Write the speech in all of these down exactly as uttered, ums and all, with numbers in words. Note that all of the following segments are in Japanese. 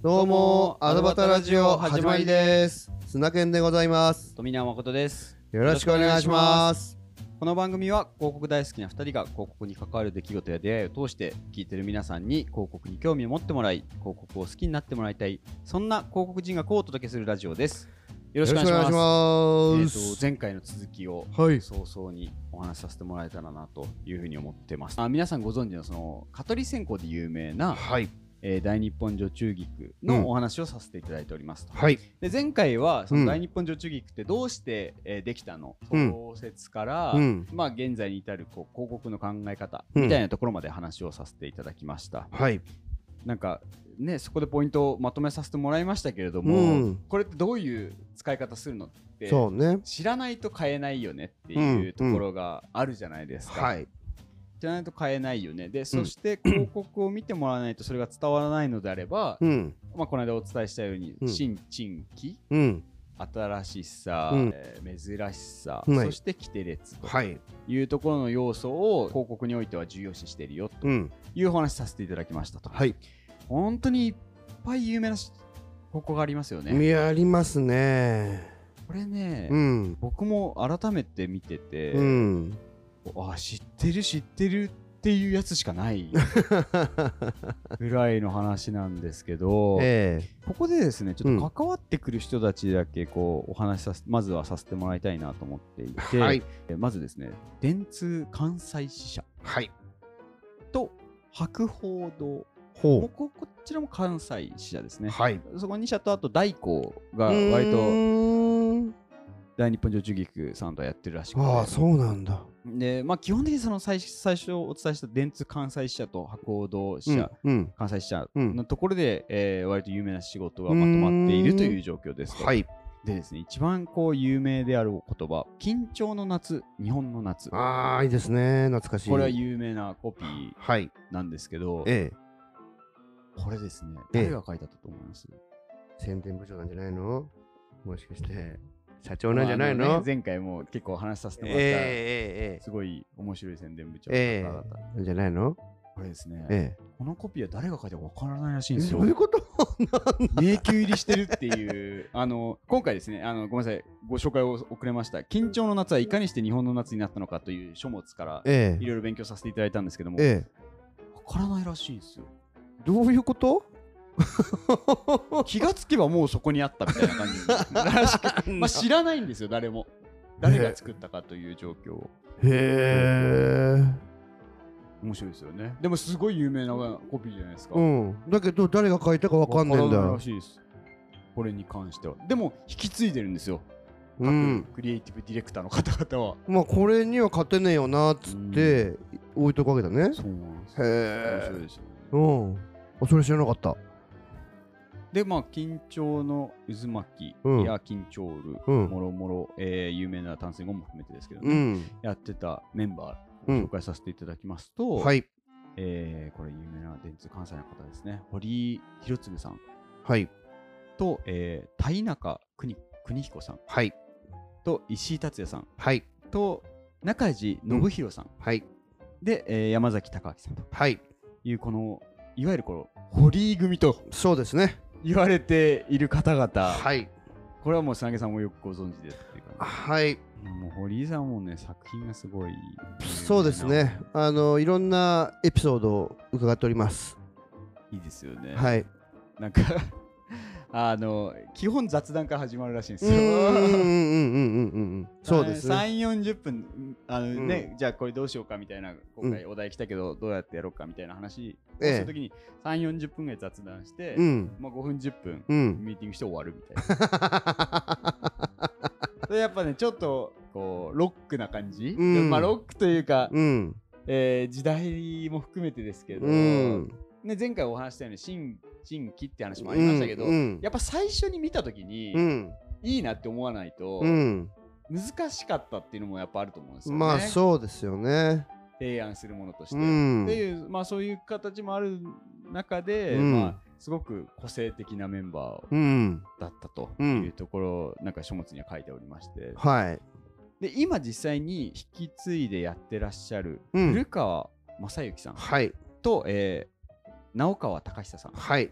どうもアドバタラジオ始まりです。砂犬でございます。 富永誠です。 よろしくお願いします。 この番組は広告大好きなふたりが広告に関わる出来事や出会いを通して聞いている皆さんに広告に興味を持ってもらい、広告を好きになってもらいたい、そんな広告人学をお届けするラジオです。よろしくお願いします。 よろしくお願いします。 えーと前回の続きをはい早々にお話しさせてもらえたらなというふうに思ってます。あ、皆さんご存知のその蚊取り線香で有名な、 はいえー大日本女中菊のお話をさせていただいておりますと、 はい。 で前回はその大日本女中菊ってどうして、えーできたの、 うん創設から、 うんまあ、現在に至るこう広告の考え方みたいなところまで話をさせていただきました、 はい。 なんかね、そこでポイントをまとめさせてもらいましたけれども、 うんこれってどういう使い方するのってそうね。 知らないと買えないよねっていうところがあるじゃないですか、 はい。 じゃないと買えないよね。で、そして広告を見てもらわないとそれが伝わらないのであれば、 うんまあ、この間お伝えしたように、 うん新陳規、 うん新しさ、 うんえー珍しさ、 はいそして規定列とはい。 いうところの要素を広告においては重要視しているよとうんいうお話しさせていただきましたと。 はい。 本当にいっぱい有名な広告がありますよね。 見ありますね。 これね、 うん僕も改めて見てて、 うんあ、知ってる知ってるっていうやつしかないぐらいの話なんですけど、 えここでですねちょっと関わってくる人たちだけこうお話しさせまずはさせてもらいたいなと思っていて、 はいえまずですね電通関西支社はい。 と博報堂、 ほこここちらも関西支社ですね。 はい。 そこに社とあと大光が割とと。 大日本女中菊さんとやってるらしくて、 ああ、そうなんだ。 で、まあ、基本的にその最最初お伝えした電通関西支社と博報堂支社、 うんうん関西支社うんのところで、えー割と有名な仕事がまとまっているという状況ですと。 はい。 でですね、一番こう有名である言葉、緊張の夏、日本の夏。 ああ、いいですね。懐かしい。 これは有名なコピーはい。 なんですけど、 ええ。 これですね、 ええ誰が書いたと思います？ 宣伝部長なんじゃないの？もしかして社長なんじゃないの？ まああね前回も結構話させてもらった、 ええええすごい面白い宣伝部長のえ方々。 えなんじゃないの？ これですね、 えこのコピーは誰が書いたかわからないらしいんえ。 ですよ。 そういうこと？ 迷宮入りしてるっていうあの今回ですねあのごめんなさいご紹介を遅れました緊張の夏はいかにして日本の夏になったのかという書物からええいろいろ勉強させていただいたんですけども、 ええ。 わからないらしいんですよ。 どういうこと？ 気がつけばもうそこにあったみたいな感じらしくまあ知らないんですよ誰も誰が作ったかという状況を。 へえ。 面白いですよね。でもすごい有名なコピーじゃないですか。 うん。だけど誰が書いたかわかんないんだよわからないら。しいです。これに関してはでも引き継いでるんですよ。各うん。 クリエイティブディレクターの方々は。 まあこれには勝てねえよなっつって置いとくわけだね。 そうなんですよ。面へえ。 白いですよね。 うん。あ、それ知らなかった。 でまあ緊張の渦巻きうんや緊張る、 うんもろもろ、えー有名な単線語も含めてですけどね、 うん。 やってたメンバーうんを紹介させていただきますと、 はい。 えーこれ有名な電通関西の方ですね、堀井弘次さんはい。 と、えー、田中邦邦彦さんはい。 と石井達也さんはい。 と中地信弘さん、 はい。 で、えー山崎隆明さんとはい。 いうこのいわゆるこの堀井組とそうですね。 言われている方々、 はい。 これはもう砂毛さんもよくご存知でっていうか、 はい。 もう堀井さんもね作品がすごいそうですね。あのいろんなエピソードを伺っております。 いいですよね。 はい。 なんかあの基本雑談から始まるらしいんですよ。 うんうんうんうんうんうんうん。そうですね。 さん、よんじゅっぷんあの、 うんね、じゃあこれどうしようかみたいな今回お題来たけどどうやってやろうかみたいな話をすええるときにさん、よんじゅっぷんぐらい雑談して、 うんまあ、ごふんじゅっぷんうん。 ミーティングして終わるみたいな。それやっぱねちょっとこうロックな感じ、 うんまあロックというか、 うんえー時代も含めてですけど、 うん。 ね、前回お話したように新新規って話もありましたけど、 うんやっぱ最初に見たときに、 うんいいなって思わないと、 うん。 難しかったっていうのもやっぱあると思うんですよね。 まあそうですよね。 提案するものとして。 うんっていう、まあそういう形もある中で、 うんまあすごく個性的なメンバーうん。 だったとうんいうところ、なんか書物には書いておりまして、 はい。 で今実際に引き継いでやってらっしゃるうん古川正幸さんはい。 と、えー直川隆久さんはい。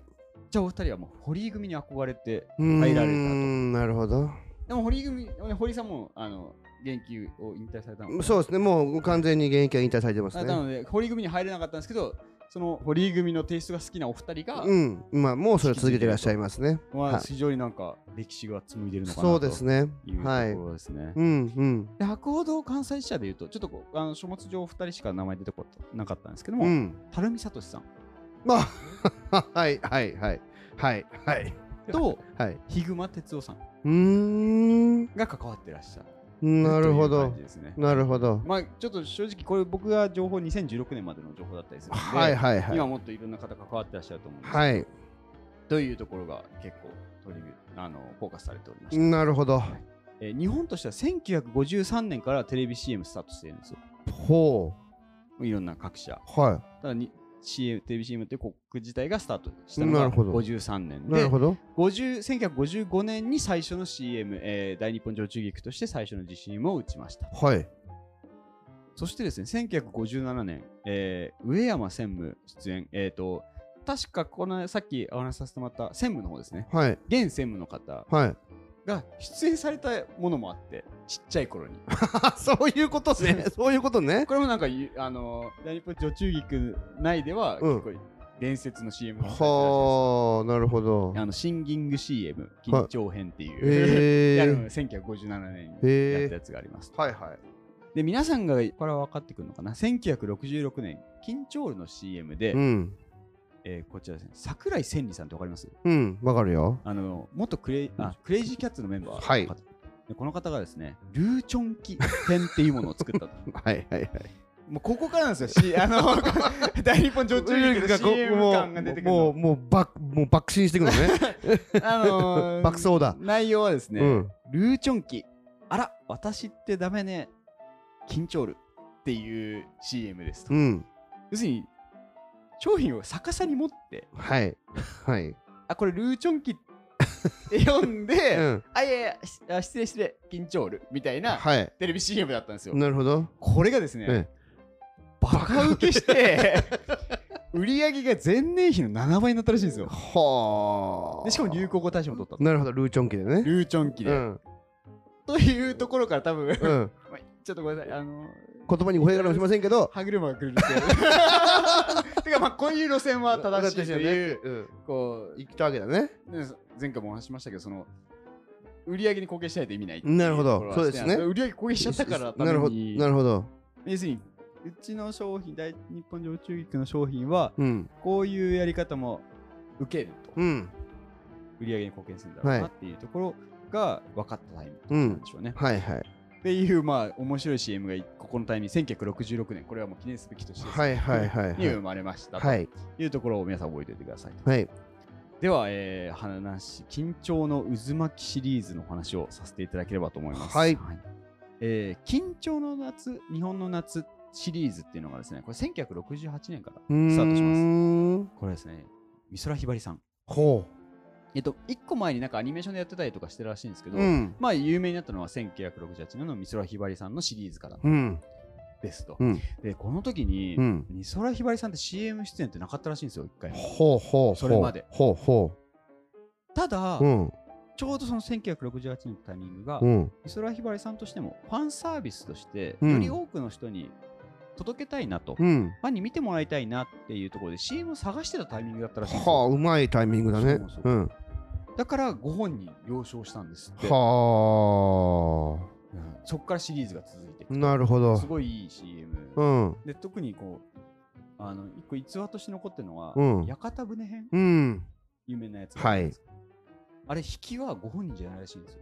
ちゃお二人はもう堀井組に憧れてうーん入られたと。 なるほど。 でも堀井組、堀井さんもあの現役を引退されたのか。 そうですね、もう完全に現役は引退されてますね。 なので堀井組に入れなかったんですけど、その堀井組のテイストが好きなお二人が、 うん、まあもうそれを続けていらっしゃいますね。 まあ、 はい非常になんか歴史が紡いでるのかなそうとですね。 いうとこはい。 ろですね。 うんうんで博報堂関西支社でいうと、ちょっとこうあの書物上お二人しか名前出てこなかったんですけども、 うん。 垂水聡さんまあはいはいはいはいはいとはい。 日熊哲夫さんうーん。 が関わってらっしゃる。 なるほというど感じですね。 なるほど。 まあちょっと正直これ僕が情報にせんじゅうろくねんまでの情報だったりするので、 はいはいはい。 今もっといろんな方関わってらっしゃると思うんですけど、 はい。 というところが結構取りあのフォーカスされておりました。 なるほど。 えー日本としてはせんきゅうひゃくごじゅうさんねんからテレビ シーエム スタートしてるんですよ。 ほいろんな各社。 う。はただに シーエム テレビ シーエム っていう広告自体がスタートしたのがなるほどごじゅうさんねんい。なるで、 ほど。 ごじゅうせんきゅうひゃくごじゅうごねんに最初の シーエム、えー大日本常駐劇として最初の シーエム を打ちました。 はい。 そしてですね、せんきゅうひゃくごじゅうななねん、えー上山専務出演、えっ、と、確かこのさっきお話しさせてもらった専務の方ですね、 はい。 現専務の方はい。 が出演されたものもあって、ちっちゃい頃に。 そういうことね。そういうことね。 これもなんか、ゆあの大日本常駐劇内ではうん結構伝説の シーエム がされてるらしいです。 はあ、なるほど。 あのシンギング シーエム 緊張編っていう、 へやーるせんきゅうひゃくごじゅうななねんにへーやったやつがあります。 はいはい。 で、皆さんがこれは分かってくるのかな、せんきゅうひゃくろくじゅうろくねん、キンチョールの シーエム で、 うん。 えーこちらですね、桜井千里さんって分かります？ うん、わかるよ。 あの元クレイあクレイジーキャッツのメンバー、 はいでこの方がですね、ルーチョンキ編っていうものを作ったと。 はいはいはい。 もうここからなんですよ、しあの大日本常駐劇の シーエム 感が出てくるの。 もう、もう、爆、もう爆心していくのね。 あのー爆走だ内容はですね、 うんルーチョンキ、あら、私ってダメね、緊張るっていう シーエムですと。 うん。 要するに、商品を逆さに持って、 はい。はい。 あ、これルーチョンキって読んで、 うん。 あ、いやいや、しあ失礼失礼、緊張るみたいなはい。 テレビ シーエム だったんですよ。 なるほど。 これがですね、 えバカ受けして、売り上げが前年比のななばいになったらしいんですよ。 はあ。 でしかも流行語大賞も取ったと。 なるほど、ルーチョンキでね。 ルーチョンキで。 うん。 というところから多分、 うん。 まあちょっとごめんなさい、あの言葉に語弊があるかもしれませんけど、 歯車が来るっていう。てか、まあ、こういう路線は正しいという、 うん。 こう、 生きたわけだね。 ね前回もお話ししましたけど、その、売り上げに貢献しないと意味ないっていなるほどところはそうですね売り上げ貢献しちゃったからたなるほど。 めに、 なるほど。 要するに、うちの商品、大日本常駐劇の商品は、 うん。 こういうやり方も受けると、 うん。 売り上げに貢献するんだろうなっていうところが分かったタイミングなんでしょうね。 はいはい。 っていう、まあ、面白い シーエム がここのタイミング、せんきゅうひゃくろくじゅうろくねん、これはもう記念すべき年ですね、 はいはいはいはいに生まれましたとはい。 いうところを皆さん覚えておいてくださいと。 はい。 では、えー、話、緊張の渦巻きシリーズの話をさせていただければと思います。 はいえー緊張の夏、日本の夏シリーズっていうのがですね、これせんきゅうひゃくろくじゅうはちねんからうーんスタートします。これですね、美空ひばりさん。 ほえっと、いっこまえになんかアニメーションでやってたりとかしてるらしいんですけう。 ど、 うん。 まあ有名になったのはせんきゅうひゃくろくじゅうはちねんの美空ひばりさんのシリーズからうん。 ですと。 うん。 で、この時に、 うん。 美空ひばりさんって シーエム 出演ってなかったらしいんですよ、一回も。 ほうほう。 それまで。 ほうほただ、 う。うん。 ちょうどそのせんきゅうひゃくろくじゅうはちねんのタイミングが、 うん。 美空ひばりさんとしてもファンサービスとして、 うんより多くの人に届けたいなと、 うん。 ファンに見てもらいたいなっていうところで シーエム を探してたタイミングだったらしいんですはあ、 よ。 うまいタイミングだねそうそう。 うん。 だからご本人了承したんですって。 はうんそこからシリーズが続いていあ。 くとなるほどす。ごいいい シーエム。 うん。 で、特にこう、あの、一個逸話として残ってるのは、 うん屋形船編、 うん。 有名なやつ。 はい。 あれ、引きはご本人じゃないらしいんですよ。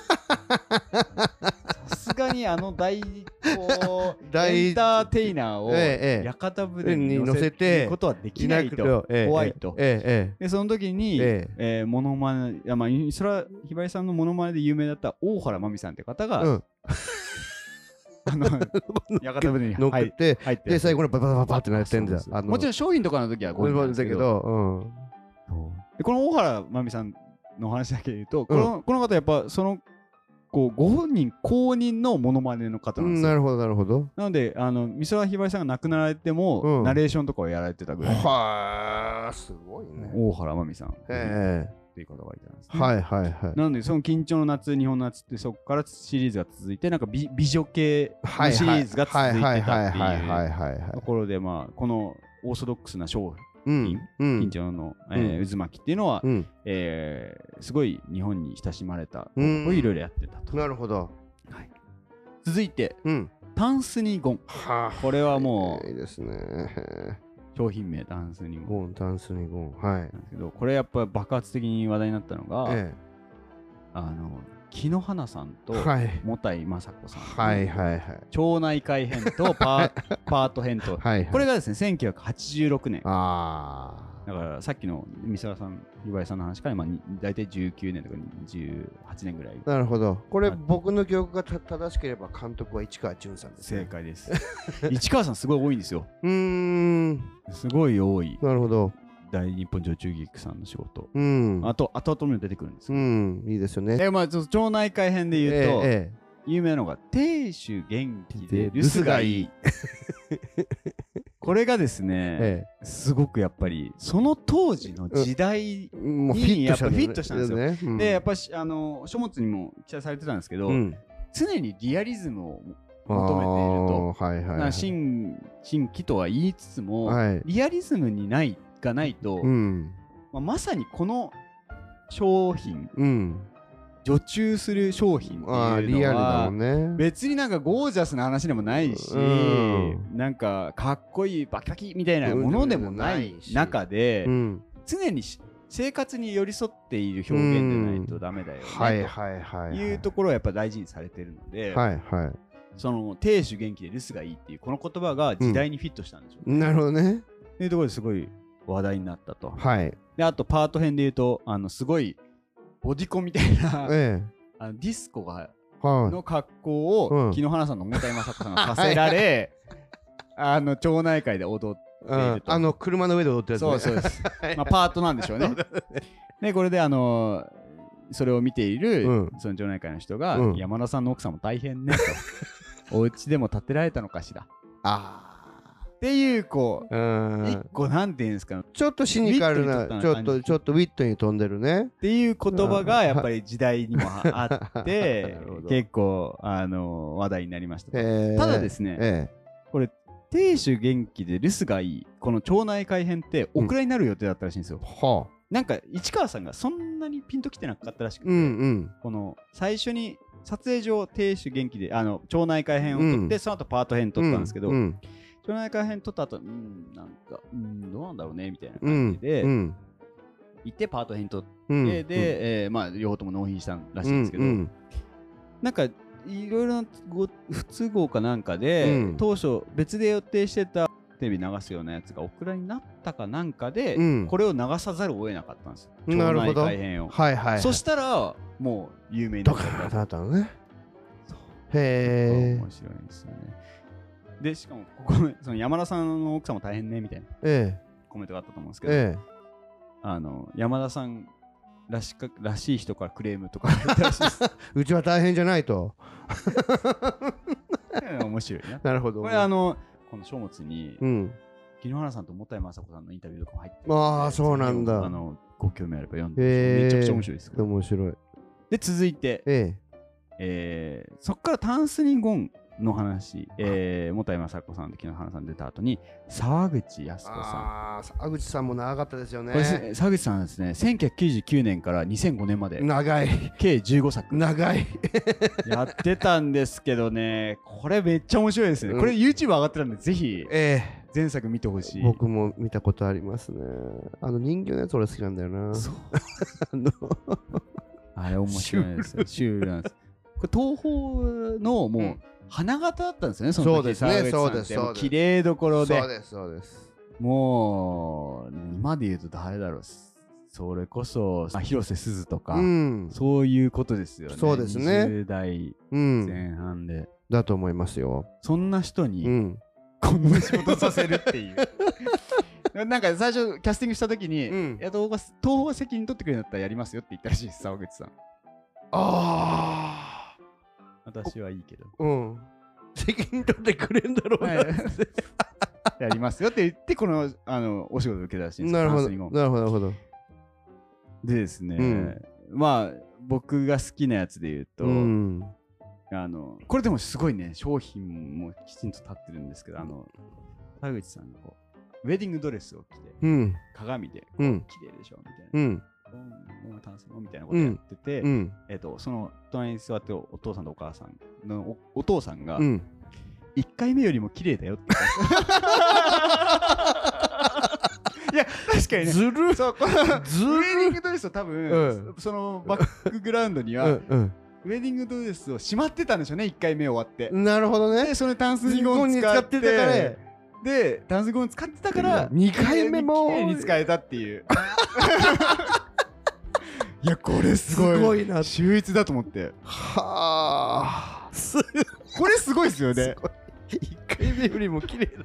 さすがにあの大、こう、 大エンターテイナーをええ屋形船に乗に乗せてせることはできないと。 ええ怖いとえええで、その時に、 ええーモノマネ、いや、まあ、美空ひばりさんのモノマネで有名だった大原真美さんって方が、 えうん。 あの、屋形船に乗っ入けて、 入ってで、最後にバババババってなってんだよ。あのもちろん商品とかの時はごこれ本人なんですけど、 だけど、うん。 でこの大原真美さんの話だけで言うと、この,、この方やっぱそのこうご本人公認のモノマネの方なんですよ。 なるほどなるほど。 なのであの美空ひばりさんが亡くなられても、うん、ナレーションとかをやられてたぐらい。 はあすごいね。 大原真美さん。 へえ。 っていう方がいたんですね。 はいはいはい。 なのでその緊張の夏日本の夏ってそこからシリーズが続いてなんか 美, 美女系のシリーズが続いてたっていうところでまあこのオーソドックスな商品、うん、緊張の、えー、渦巻きっていうのは、うんえー、すごい日本に親しまれた、うん、をいろいろやってたと。 なるほど。 はい、続いて、 うん、 タンスニゴン。はあ、これはもういいですね。 商品名タンスニゴン。 タンスニゴン。はい。なんですけどこれやっぱ爆発的に話題になったのが、ええ、あの木野花さんと茂田井雅子さん、 はいはいはい、 町内会編とパー, パート編とはい、はい、これがですねせんきゅうひゃくはちじゅうろくねん。あだからさっきの美空さんひばりさんの話から、まあ、大体じゅうきゅうねんとかじゅうはちねんぐらい。 なるほど。これ僕の記憶が正しければ監督は市川淳さんですね。 正解です。市川さんすごい多いんですよ。 うーんすごい多い。 なるほど。 大日本女中劇さんの仕事、 うん、 あと後々に出てくるんですよ、うん、いいですよね。 でまあ町内会編で言うと、えーえー、有名なのが亭主元気で留守がいいこれがですね、ええ、すごくやっぱりその当時の時代にやっぱフィットしたんですよ、ねうん、でやっぱりあの書物にも記載されてたんですけど、うん、常にリアリズムを求めていると、はいはいはい、新新規とは言いつつも、はい、リアリズムにないがないと、うんまあ、まさにこの商品、うん、受注する商品っていうのはリアルだもん、ね、別になんかゴージャスな話でもないし、うん、なんかかっこいいバキバキみたいなものでもない中で、うん、常に生活に寄り添っている表現でないとダメだよね、うん、というところをやっぱ大事にされているので、はいはい、その亭主元気で留守がいいっていうこの言葉が時代にフィットしたんでしょうね、 うん、なるほどねというところですごい話題になったと、 はい、 であとパート編で言うとあのすごいボディコンみたいな、ええ、あのディスコが、はい、の格好を、うん、木野花さんの茂田井雅子さんがさせられあの町内会で踊っていると、 うん、あの車の上で踊ってるやつ、ね、 そうそうです、まあ、パートなんでしょうねでこれであのそれを見ている、うん、その町内会の人が、うん、山田さんの奥さんも大変ねとお家でも建てられたのかしらあっていうこう一個なんていうんですかちょっとシニカルなちょっとちょっとウィットに飛んでるねっていう言葉がやっぱり時代にもあって結構あの話題になりました。ただですね、えー、これ亭主元気で留守がいいこの町内会編ってお蔵になる予定だったらしいんですよ、うんはあ、なんか市川さんがそんなにピンときてなかったらしくて、うんうん、この最初に撮影上亭主元気であの町内会編を撮って、うん、その後パート編撮ったんですけど、うんうん町内会編撮った後、うん、なんか、うん、どうなんだろうねみたいな感じで、うん、行ってパート編撮って、うん、で、うんえー、まあ、両方とも納品したらしいんですけど、うん、なんか、いろいろな不都合かなんかで、うん、当初、別で予定してたテレビ流すようなやつがオクラになったかなんかで、うん、これを流さざるを得なかったんですよ。町内会編を。はいはいはい、そしたら、もう有名になっちゃった。ったのね。へー。面白いんですよね。でしかもここその山田さんの奥さんも大変ねみたいな、ええ、コメントがあったと思うんですけど、ええ、あの山田さんらしからしい人からクレームとか入ったらしいですうちは大変じゃないと面白いな。 なるほど。 これあのこの書物に、うん、木野原さんと茂田井雅子さんのインタビューとかも入ってる、ね、 ああそうなんだ。 あのご興味あれば読んで、えー、めちゃくちゃ面白いですから。 面白い。 で続いて、えええー、そっからタンスニゴンの話、えー、茂田井雅子さんと木野花さん出た後に沢口靖子さん。 あ沢口さんも長かったですよね。 これ沢口さんはですねせんきゅうひゃくきゅうじゅうきゅうねんからにせんごねんまで長い計じゅうごさく長いやってたんですけどねこれめっちゃ面白いですね、うん、これ YouTube 上がってたんでぜひ前作見てほしい、 えー、僕も見たことありますね。あの人形のやつ俺好きなんだよな。そうあれ面白いですよシュールなんです。これ東宝のもう、うん花形だったんですよね、その時。 そうですね、そうです。 綺麗どころで。 そうです、そうです。 もう、今で言うと誰だろう。それこそ、広瀬すずとか、うん、そういうことですよね。 そうですね。 にじゅう代前半で。うん、 だと思いますよ。 そんな人に、うん、こんな仕事させるっていう。なんか最初、キャスティングした時に、うん、いや東宝が責任取ってくれるんだったらやりますよって言ったらしいです、沢口さん。 ああ。 私はいいけど。 うん責任取ってくれんだろうな、はい、 やりますよって言ってこのあのお仕事を受けたらしいんです。 なるほどなるほどなるほど。 でですね、うん、まあ僕が好きなやつで言うと、うん、あのこれでもすごいね商品もきちんと立ってるんですけど、あの田口さんがこうウェディングドレスを着て、うん、鏡でこう、うん、綺麗でしょみたいな、うん、みたいなことやってて、うん、えーと、その隣に座ってるお父さんとお母さんの お, お父さんが、うん、いっかいめよりも綺麗だよっていや確かにねずるそうこのずるウェディングドレスを多分、うん、そのバックグラウンドには、うんうん、ウェディングドレスをしまってたんでしょうね。いっかいめ終わって。 なるほどね。 でそのタンスにゴン使っててたからでタンスゴン使ってたからにかいめも綺麗に使えたっていういやこれすごい、 すごいな、 秀逸だと思って。 はあこれすごいですよね。 いっかいめよりも綺麗だ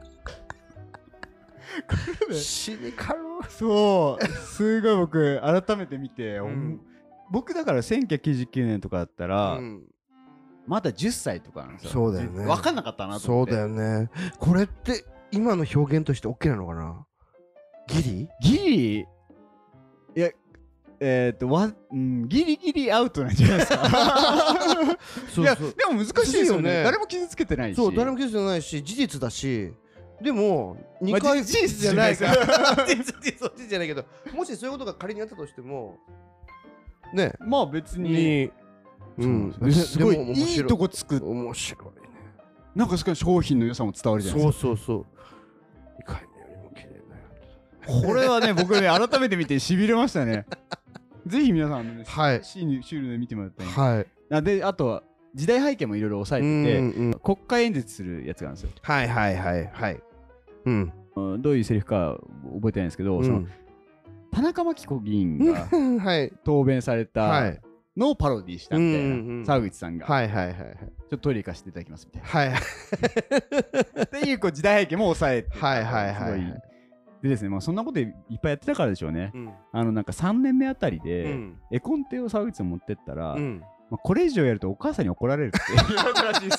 これシニカル。 そうすごい僕改めて見て、うん、僕だからせんきゅうひゃくきゅうじゅうきゅうねんとかだったら、うん、まだじゅっさいとかなんですよ。 そうだよね。 分かんなかったなと思って。 そうだよね。これって今の表現として OK なのかな。ギリギリいやえっ、ー、とわ、うん、ギリギリアウトなんじゃないですかそうそう。いやでも難しいですよね。誰も傷つけてないし。 そう誰も傷つけてないし事実だし。でもにかい、まあ、事実じゃないから事実じゃないけど、もしそういうことが仮にあったとしてもね、 まあ別に、うん、すごいいいとこつく。 面白いね。 なんかしかも商品の良さも伝わるじゃないですか。 そうそうそう。いかによりも綺麗だよ。 これはね僕ね改めて見てしびれましたね。ぜひ皆さん、ね、 はい、 シールで見てもらったらいい。 はい。 あであとは時代背景もいろいろ抑えてて、うんうん、国会演説するやつがあるんですよ。 はいはいはいはい。うん、 どういうセリフか覚えてないんですけど、うん、その田中真紀子議員が答弁されたのをパロディしたみたいな、沢口さんが、 はいはいはいはい、ちょっとトイレ行かせていただきますみたいな、 はいはいっていうこう時代背景も抑えて、 はいはいはい、 でですね、まあ、そんなこといっぱいやってたからでしょうね、うん、あのなんかさんねんめあたりで、うん、絵コンテを沢口さん持ってったら、うん、まあ、これ以上やるとお母さんに怒られるって言われたらしいです。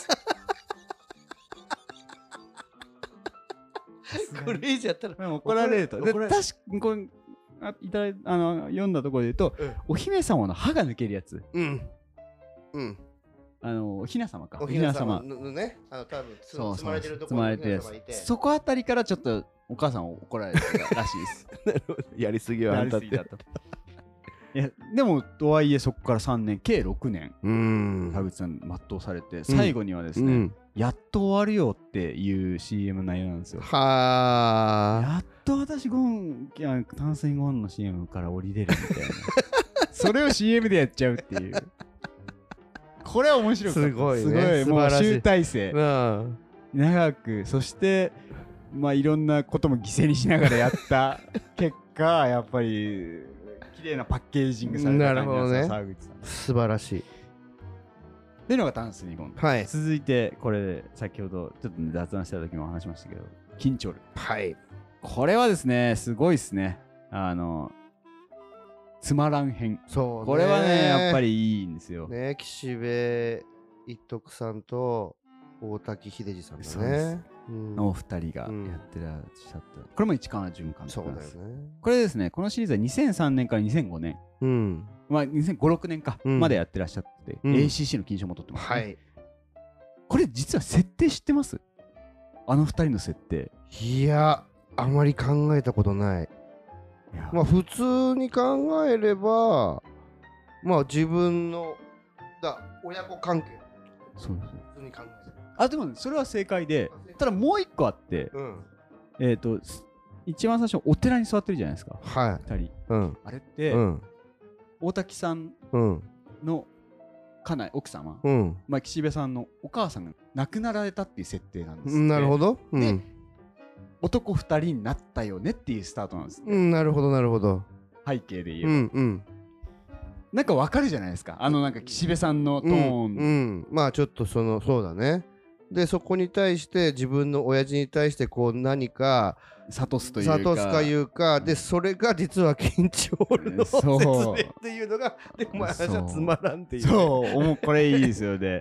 これ以上やったら怒られると。で確かにこれあいただいあの読んだところで言うと、うん、お姫様の歯が抜けるやつ、うんうん、あのおひな様か、 おひな様のね、あの多分積まれてるところにおひな様いて、 そこあたりからちょっとお母さんを怒られてたらしいです。 なるほど、やりすぎはあんたって。 いやでもとはいえそこからさんねん計ろくねん田口さん全うされて、最後にはですね、うん、やっと終わるよっていう シーエム 内容なんですよ。 はやっと私ゴン炭水ゴンの シーエム から降りれるみたいなそれを シーエム でやっちゃうっていうこれは面白かった。 すごいね、 すごいもう集大成、うん、長く、そしてまあいろんなことも犠牲にしながらやった結果やっぱり綺麗なパッケージングされた感じなんですよ、沢口さん。 素晴らしい。 っていうのがタンスにゴン、はい、続いてこれ先ほどちょっと雑談した時も話しましたけど、キンチョル、 はい、 これはですねすごいですね。あのつまらん編、 そうね、 これはねやっぱりいいんですよね。岸辺一徳さんと大滝秀治さんだね、 うん、のお二人がやってらっしゃった、うん、これも市川淳監督です。 そうだよね。 これですね、このシリーズはにせんさんねんからにせんごねん、うん、まあにせんご、ろくねんか、うん、までやってらっしゃって、うん、エーシーシー の金賞も取ってます、ね、はい。これ実は設定知ってます？あの二人の設定。 いやあまり考えたことない。いやまあ普通に考えればまあ自分のだ親子関係、 そうですね、普通に考えれば。あでも、ね、それは正解で、ただもう一個あって、うん、えっ、ー、と一番最初お寺に座ってるじゃないですか、はい、ふたり、うん、あれって、うん、大滝さんの家内、奥様、うん、まあ、岸辺さんのお母さんが亡くなられたっていう設定なんです、ね、 なるほど、うん、で男ふたりになったよねっていうスタートなんです、ね、 うん、なるほどなるほど。 背景で言えば、うんうん、なんかわかるじゃないですか、あのなんか岸辺さんのトーン、うんうん、まあちょっとそのそうだね。でそこに対して自分の親父に対してこう何か諭すというか諭すかいうかで、それが実は緊張の説明っていうのがでもまあじゃつまらんっていう、ね、 そうこれいいですよね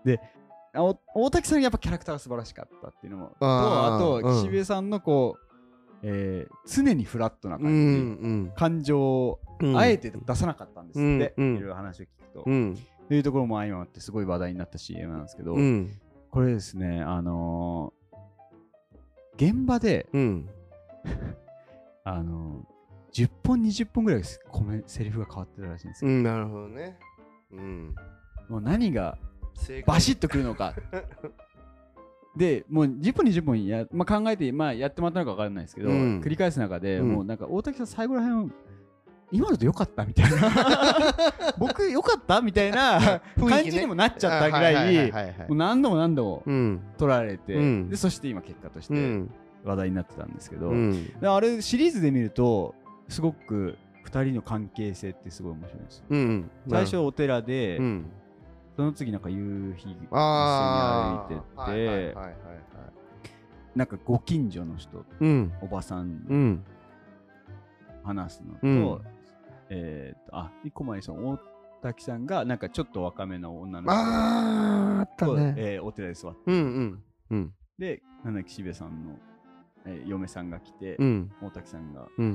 であお大滝さんやっぱキャラクターが素晴らしかったっていうのもとあーあとうん岸辺さんのこう、えー常にフラットな感じ、 うんうん感情をうんあえて出さなかったんですって、 うんうんいろいろ話を聞くと、 うんというところも相まってすごい話題になった シーエム なんですけど、 うんこれですね、あのー現場で、 うんあのーじゅっぽんにじゅっぽんぐらいコメセリフが変わってたらしいんですよ、 うんなるほどねうんもう何が正解バシッとくるのかでもうじゅっぽんにじゅっぽんや、まあ、考えて、まあ、やってもらったのか分からないですけど、 うん繰り返す中で、 うんもうなんか大滝さん最後らへん今のでよかったみたいな僕よかったみたいな雰囲気ね感じにもなっちゃったぐらはいはいいはいはいはいもう何度も何度もうん取られて、 うんでそして今結果としてうん話題になってたんですけど、 うんであれシリーズで見るとすごくふたりの関係性ってすごい面白いですよ。 うん最初お寺で、 うんその次なんか夕日一緒にあ歩いてって、 ーはいはいはいはいはいなんかご近所の人うんおばさんにうん話すのと、 うんえー、とあ一個前にその大滝さんがなんかちょっと若めの女の人あーあったと、 ねえーお寺で座って、 うんうんうんでなんだっけ岸辺さんの、えー嫁さんが来て、 うん大滝さんがうん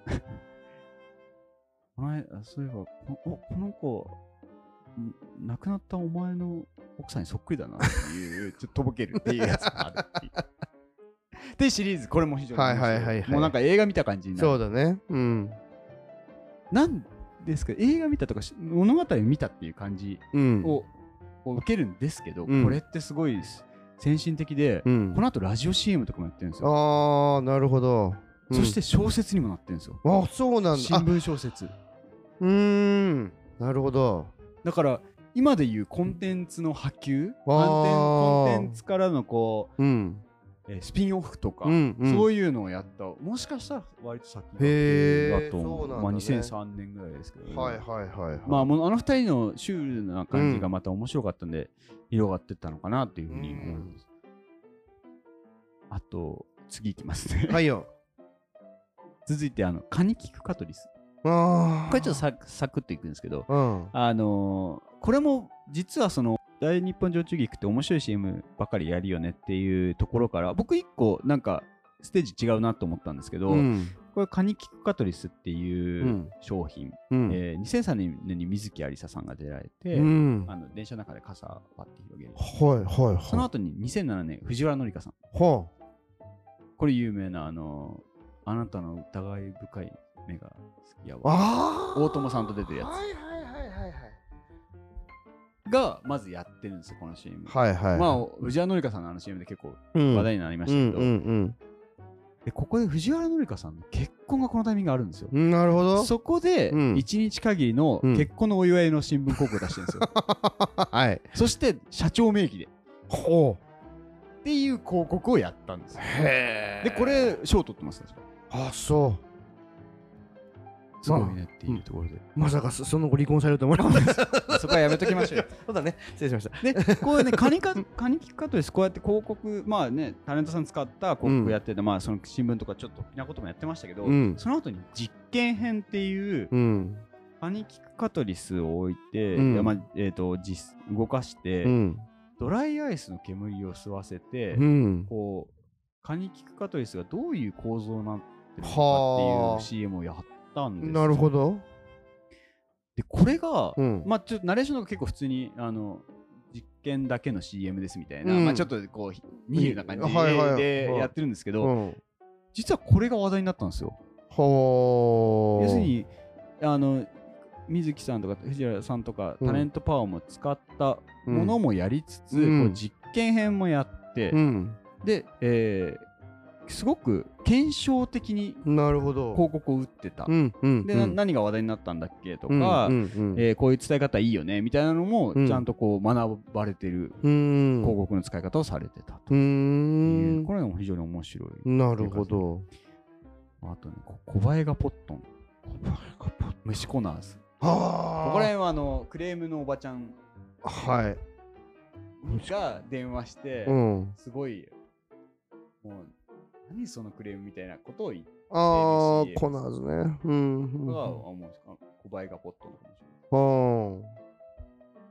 お前あそういえばこおこの子ん亡くなったお前の奥さんにそっくりだなっていうちょっととぼけるっていうやつがあるっていうでシリーズこれも非常に面白い、 はいはいはいはいもうなんか映画見た感じになるそうだねうんなんですか映画見たとかし物語を見たっていう感じうんを、を受けるんですけど、 うんこれってすごいです先進的で、 うんこの後ラジオ シーエム とかもやってるんですよ、 ああなるほどうんそして小説にもなってるんですよ、 あそうなんだあ新聞小説うーんなるほどだから今でいうコンテンツの波及あーコンテンツからのこう、 うんえースピンオフとか、 うんうんそういうのをやったもしかしたら割と先へーだと思そうなんだねまあ、にせんさんねんぐらいですけど、ねはいはいはいはいまあ、もうあの二人のシュールな感じがまた面白かったんで、広がってったのかなというふうに思います。あと、次いきますね。 はいよ続いて、あの、カニキクカトリス。 ああこれちょっとササクッといくんですけど、 うんあのーこれも実はその、大日本常駐劇って面白い シーエム ばかりやるよねっていうところから、僕一個なんかステージ違うなと思ったんですけど、 うんこれカニキクカトリスっていううん商品、 うんえーにせんさんねんに水木有沙さんが出られて、 うんあの電車の中で傘をパッて広げる。 はいはいはいその後ににせんななねん、藤原紀香さん。 はこれ有名な、あのーあなたの疑い深い目が好きやわ。 ああ大友さんと出てるやつはいはいはいはいはいがまずやってるんですよ、この シーエム。 はいはいまあ、藤原紀香さんのあの シーエム で結構うん話題になりましうんたけど、 うんでここで藤原紀香さんの結婚がこのタイミングがあるんですよ。 うんなるほどそこでうんいちにち限りのうん結婚のお祝いの新聞広告を出してるんですよ。 はいそして社長名義でほうっていう広告をやったんですよ。 へえで、これ賞取ってます。 あそうすごいねっていうところで。 まさかそその後離婚されると思いますそこはやめときましょうよ。 そうだね失礼しましたで、こういうね、カニカ、カニキックカットです。こうやって広告、まあね、タレントさん使った広告やってて、まあその新聞とかちょっとなこともやってましたけど、 うんその後に実験編っていう、 うんカニキックカトリスを置いて、 うんいやまあえー、と実動かして、 うんドライアイスの煙を吸わせて、 うんこう、カニキックカトリスがどういう構造になってるのかってはあいう シーエム をやったんですよ。 なるほどで、これが、 うんまあちょっとナレーションが結構普通にあの実験だけの シーエム ですみたいな、 うんまあちょっとこうニールな感じはいはいはいでやってるんですけど、 うん実はこれが話題になったんですよ。 ほー要するにあの水木さんとか藤原さんとかうんタレントパワーも使ったものもやりつつ、 うんこう実験編もやって、 うんで、えーすごく検証的になるほど広告を打ってた。 うんうんで、な何が話題になったんだっけとか、 うんうんえーこういう伝え方いいよねみたいなのもうんちゃんとこう学ばれてるうん広告の使い方をされてたとういう、 んこれも非常に面白い。 なるほどあとね、こ小映えがポットン、飯コナーズ。 はあここら辺はあのクレームのおばちゃんはいが電話して、 うんすごい、もう、何そのクレームみたいなことを言ってああシーエムコナーズねうんうんのが思うんですか。小映えがポットンのかもしれない。 は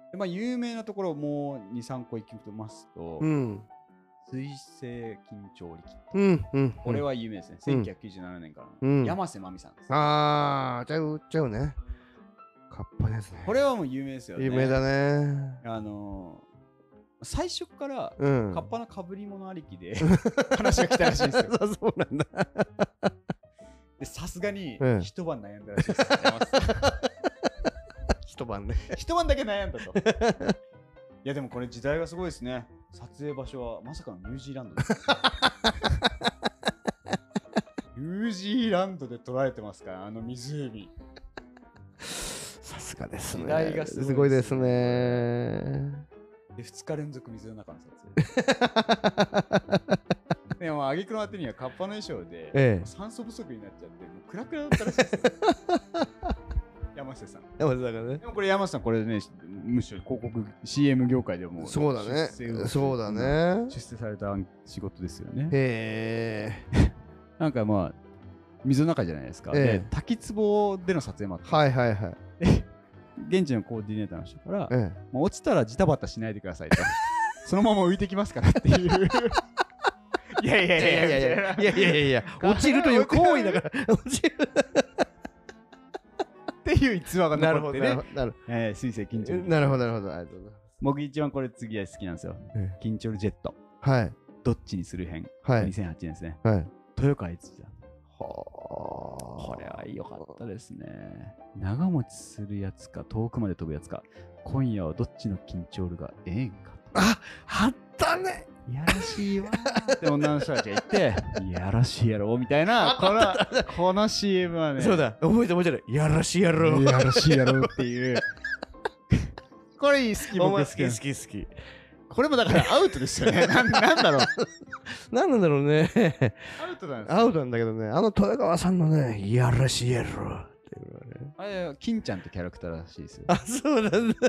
でまあ、有名なところもうに、さんこ行きますと、 うん水星緊張力。 うんうんこれは有名ですね。 うんせんきゅうひゃくきゅうじゅうななねんからうの、 ん山瀬まみさんです。 あーちゃうちゃうねカッパですねこれはもう有名ですよね。 有名だねあのー、最初からうんカッパのかぶり物ありきで話が来たらしいんですよ。 そうそうなんだでさすがにうん一晩悩んだらしいです。山瀬さん一晩ね一晩だけ悩んだと。いやでもこれ時代がすごいですね。撮影場所はまさかのニュージーランドです。ニュージーランドで撮られてますから、あの湖。 さすがですね時代がすごいですねすごいですねでふつか連続水の中の撮影。でも挙句の果てにはカッパの衣装で、 ええ酸素不足になっちゃってもうクラクラだったらしいですよ。山瀬さん。 山瀬だからねでもこれ山瀬さんこれねむしろ広告 シーエム 業界でもそうだね出世をそうだね出世された仕事ですよね。 へえなんかまあ水の中じゃないですか。 ええで滝壺での撮影もあって、 はいはいはい現地のコーディネーターの人から、 えもう落ちたらジタバタしないでくださいと。そのまま浮いてきますからっていう。いやいやいやいやいやいやいやいやいや落ちるという行為だから落ちるっていう逸話がなるほど残ってね。 なるほえー水星緊張どなるほどなるほどありがとうございます僕一番これ次は好きなんですよ。 え緊張ジェット。 はいどっちにする編。 はいにせんはちねんですね。 はい豊川悦司だ。 はこれは良かったですね。長持ちするやつか遠くまで飛ぶやつか。今夜はどっちの緊張るがええんか。 ああったねいやらしいわーって女の人たちが言って、いやらしいやろみたいな、このこの シーエム はね、 そうだ覚えて覚えてるやらしいやろいやらしいやろっていう。これ好き、僕好き。 好き好き好きこれもだからアウトですよね。なんなんだろう。 なんなんだろうねアウトなんですよ。 アウトなんだけどねあの豊川さんのねいやらしいやろっていうのはねあれ、金ちゃんってキャラクターらしいですよ。 あそうなんだ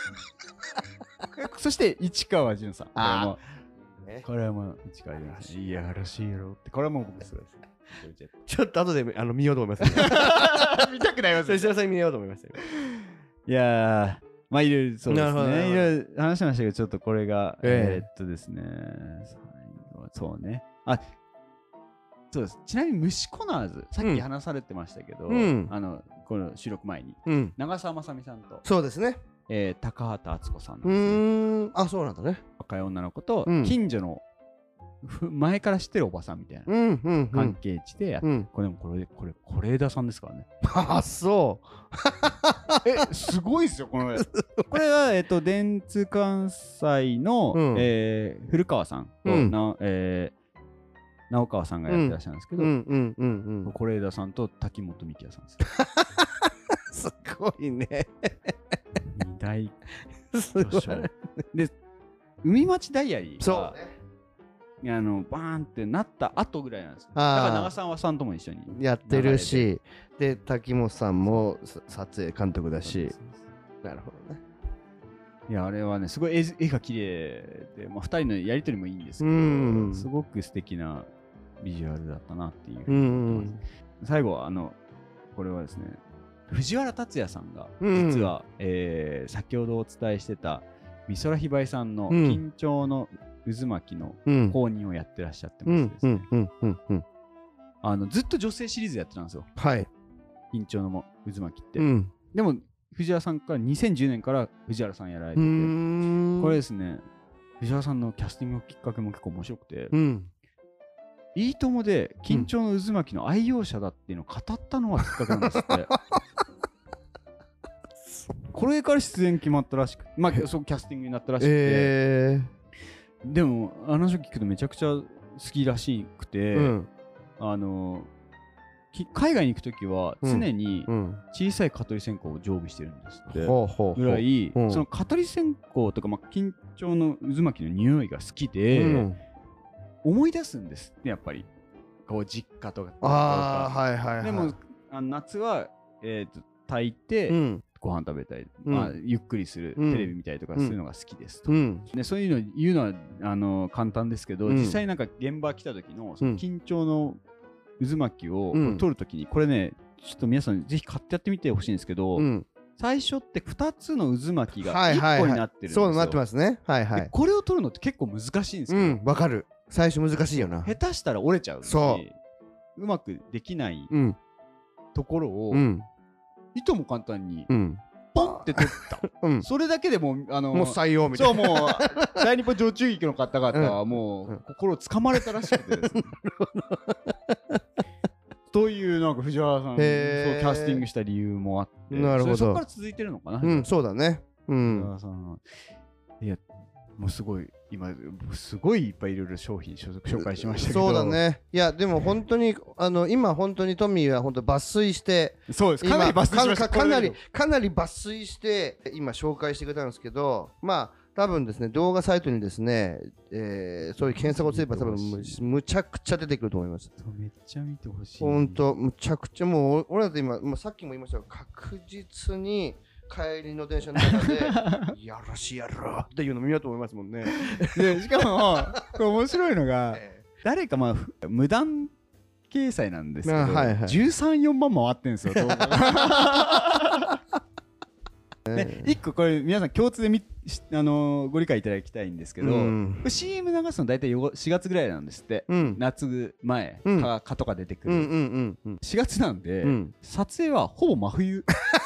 そして市川淳さん。 あこれはもう市川淳さん。いやらしいやろって。これはもう僕すごいです。 ちょっと後であの見ようと思います見たくなりますそれ久々に見ようと思いましたよいやー、まあいろいろそうですなるほどなるね。 ほどいろいろ話しましたけど、ちょっとこれが、 えええーっとですね、最後はそうね。あ、そうです。ちなみに虫コナーズ、さっき話されてましたけど、 うんあの、この収録前に、 うん長澤まさみさんと、 そうですねえー高畑敦子さんうですね。 ーんあそうなんだね若い女の子と、 うん近所のふ前から知ってるおばさんみたいなうんうんう関ん係値でやって、 うんこれでもこれ、これ、是枝さんですからね。 あそうえ、すごいですよ、この。これは、えっと、電通関西の、 うんえー古川さんと、 うんなえー直川さんがやってらっしゃるんですけど、 うんうんうんうん是枝さんと滝本美希也さんですよ。 すごいね二大すごい巨匠。で、海町ダイアリーそうが、 ねあのバーンってなった後ぐらいなんですよ。だあーから長澤さんとも一緒に。 やってるしで滝本さんもさ撮影監督だしなるほどねいや、あれはね、すごい絵絵が綺麗で、まあ、ふたりのやりとりもいいんですけうんど、すごく素敵なビジュアルだったなっていうふううに思ってんます。最後は、あの、これはですね、藤原竜也さんが、 うん実は、えー先ほどお伝えしてた、美空ひばりさんのうん緊張の渦巻きのうん公認をやってらっしゃってうんましてですね、 うんうんうんうんあのずっと女性シリーズやってたんですよ、 はい緊張のも渦巻きって。 うんでも、藤原さんからにせんじゅうねんから藤原さんやられてうて、 ーんこれですね、藤原さんのキャスティングのきっかけも結構面白くて、 うんいいともで緊張の渦巻きの愛用者だっていうのを語ったのがきっかけなんですって。これから出演決まったらしく、まあ、そうキャスティングになったらしくて、 えでも、話を聞くとめちゃくちゃ好きらしくて、 ーうんあのき海外に行くときは常にうん小さい蚊取り線香を常備してるんですって。 ほうほうほうぐらい、 うんその蚊取り線香とか、まあ、緊張の渦巻きの匂いが好きで、 うん思い出すんですってやっぱりこう実家とかああはいはいはいでもあの夏は、えー、と炊いて、 うんご飯食べたり、 うんまあ、ゆっくりする、 うんテレビ見たりとかするのが好きですと、 うんでそういうの言うのはあの簡単ですけど、 うん実際なんか現場来た時のそのうん緊張の渦巻きをうん撮るときに、これねちょっと皆さんぜひ買ってやってみてほしいんですけど、 うん最初ってふたつの渦巻きがはいいっはいはいこになってるんですよ。 そうなってますね。はいはい。 でこれを取るのって結構難しいんですよ。 うん、わかる。最初難しいよな。 下手したら折れちゃうし、 そうまくできないうん。 ところを、 うん。 いとも簡単にうん。 ポンって取った。 うん。 それだけでもう、あのーもう採用みたいな。 そうもう大日本常駐劇の方々はもうんう心をつかまれたらしくてですね。というなんか藤原さん、そうへーキャスティングした理由もあって、 なるほどそれそこから続いてるのかな。 うん、そうだね。う藤ん。 原さん、いやもうすごい今すごいいっぱいいろいろ商品所属紹介しましたけど、 そうだね。いや、でも本当に、あの、今本当にトミーは本当抜粋して、 そうです。かなり抜粋しました。 かかなり、かなり抜粋して、今紹介してくれたんですけど、まあ、多分ですね、動画サイトにですね、えーそういう検索をすれば多分むむちゃくちゃ出てくると思います。 めっちゃ見てほしい。 ほんと、むちゃくちゃもう、俺だって今、もうさっきも言いましたが、確実に帰りの電車の中で、やらしやろっていうの見ようと思いますもんね。 でしかもこれ面白いのが、 え誰かまあふ無断掲載なんですけど、 あはいはいじゅうさん、よんまん回ってんですよ動画が。でいっここれ皆さん共通でみしあのーご理解いただきたいんですけど、 うんこれ シーエム 流すの大体よしがつぐらいなんですって、 うん夏前、 うんか蚊とか出てくる、 うんうんうんうんしがつなんで、 うん撮影はほぼ真冬。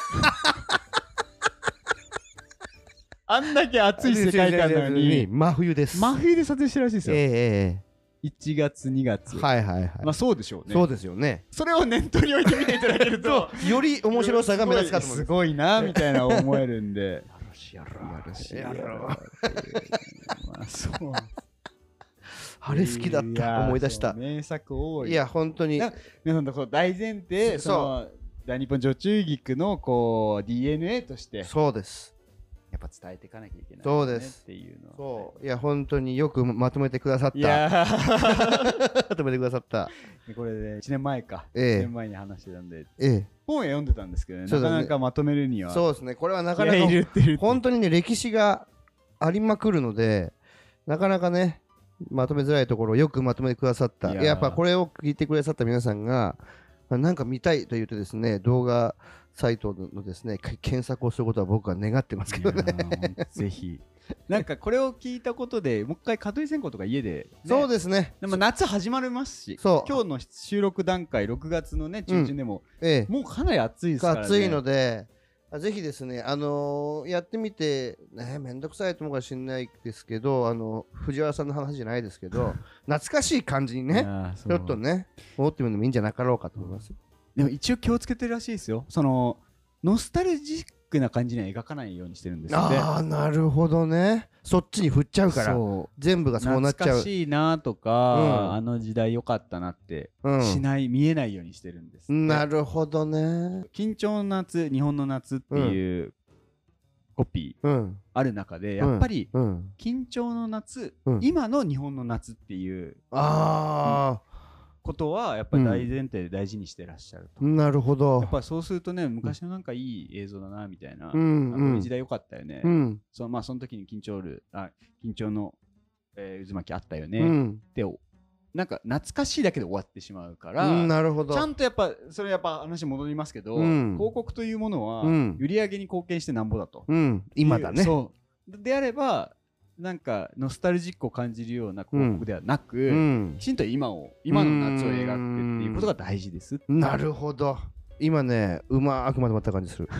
あんだけ暑い世界観なのに真冬です。 真冬で撮影してるらしいですよ、 えええいちがつにがつ、 えはいはいはい。 まあそうでしょうね。 そうですよね。 それを念頭に置いて見ていただけるとより面白さが目立つかと思います。 すごいなみたいな思えるんで。 よろしやろよろしいやろまあそうあれ好きだった思い出したそう名作多い。 いや本当にな皆さんとこう大前提そその大日本女中菊のこう ディーエヌエー としてやそうですっぱ伝えていかなきゃいけないそうですっていうのはそういや本当によくまとめてくださっいたやまとめてくださったーこれでいちねんまえか、 ええいちねんまえに話してたんでええ本は読んでたんですけどね、 そうだねなかなかまとめるにはそうですねこれはなかなか気合い入れてる本当にね歴史がありまくるのでなかなかねまとめづらいところをよくまとめてくださったいやーやっぱこれを聞いてくださった皆さんがまあなんか見たいと言ってですね動画サイトのですねか検索をすることは僕は願ってますけどねいやーほんとぜひなんかこれを聞いたことでもう一回蚊取り線香とか家で、ね、 そうですねでも夏始まりますしそう今日の収録段階ろくがつのね中旬でも、 ええもうかなり暑いですからね。 暑いのであぜひですねあのーやってみてねめんどくさいと思うかもしれないですけどあの藤原さんの話じゃないですけど懐かしい感じにいねやーそうちょっとね思ってみるのもいいんじゃなかろうかと思いますよでも一応気をつけてるらしいですよ。そのノスタルジックな感じには描かないようにしてるんですって。 ああなるほどねそっちに振っちゃうからそう全部がそうなっちゃう懐かしいなとか、 うんあの時代良かったなって、 うんしない見えないようにしてるんですって。 なるほどね緊張の夏日本の夏っていうコピーうんある中で、やっぱりうん緊張の夏、 うん今の日本の夏っていうあことはやっぱり大前提で大事にしてらっしゃると、 あなるほどやっぱりそうするとね昔のなんかいい映像だなみたいな、 うんあこういう時代良かったよね、 うんそのまあその時に緊張るあ緊張の、えー渦巻きあったよね、っうんてなんか懐かしいだけで終わってしまうから、 うんなるほどちゃんとやっぱそれやっぱ話戻りますけど、 うん広告というものはうん売り上げに貢献してなんぼだと、 うん今だねそうであればなんかノスタルジックを感じるような広告ではなく、 うんきちんと今を今の夏を描くっていうことが大事です。 なるほど今ねうまーくまとまった感じする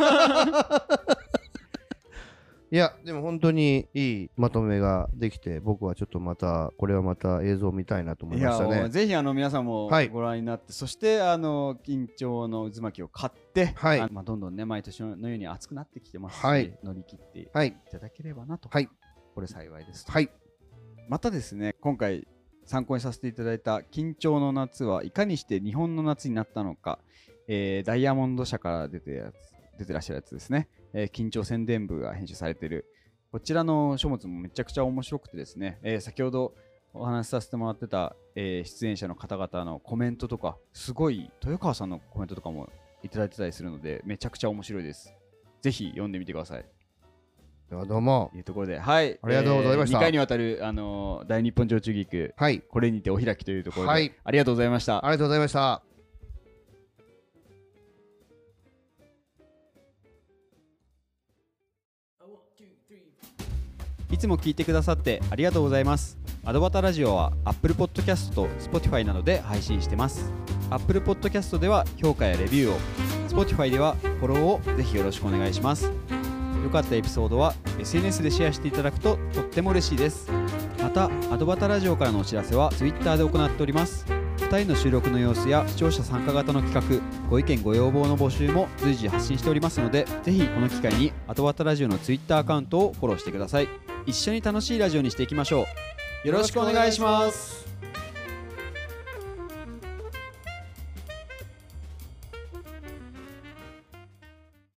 いやでも本当にいいまとめができて僕はちょっとまたこれはまた映像を見たいなと思いいやましたねぜひあの皆さんもはいご覧になって、そしてあの緊張の渦巻きを買って、 はいあのまあ、どんどんね毎年のように暑くなってきてますし、 はい乗り切っていはいただければなと、 はいこれ幸いですと。 はいまたですね今回参考にさせていただいた緊張の夏はいかにして日本の夏になったのか、えーダイヤモンド社から出てやつ出てらっしゃるやつですね、えー緊張宣伝部が編集されているこちらの書物もめちゃくちゃ面白くてですね、えー先ほどお話しさせてもらってた、えー出演者の方々のコメントとかすごい豊川さんのコメントとかもいただいてたりするのでめちゃくちゃ面白いです。ぜひ読んでみてくださいではどうもというところで、はい、 ありがとうございましたにかいにわたる、あのー大日本常駐劇はいこれにてお開きというところで、 はいありがとうございました。 ありがとうございましたつも聞いてくださってありがとうございます。アドバタラジオは Apple Podcast と Spotify などで配信してます。 Apple Podcast では評価やレビューを、 Spotify ではフォローをぜひよろしくお願いします。良かったエピソードは エスエヌエス でシェアしていただくととっても嬉しいです。またアドバタラジオからのお知らせは Twitter で行っております。ふたりの収録の様子や視聴者参加型の企画、ご意見ご要望の募集も随時発信しておりますので、ぜひこの機会にアドバタラジオの Twitter アカウントをフォローしてください。一緒に楽しいラジオにしていきましょう。よろしくお願いします。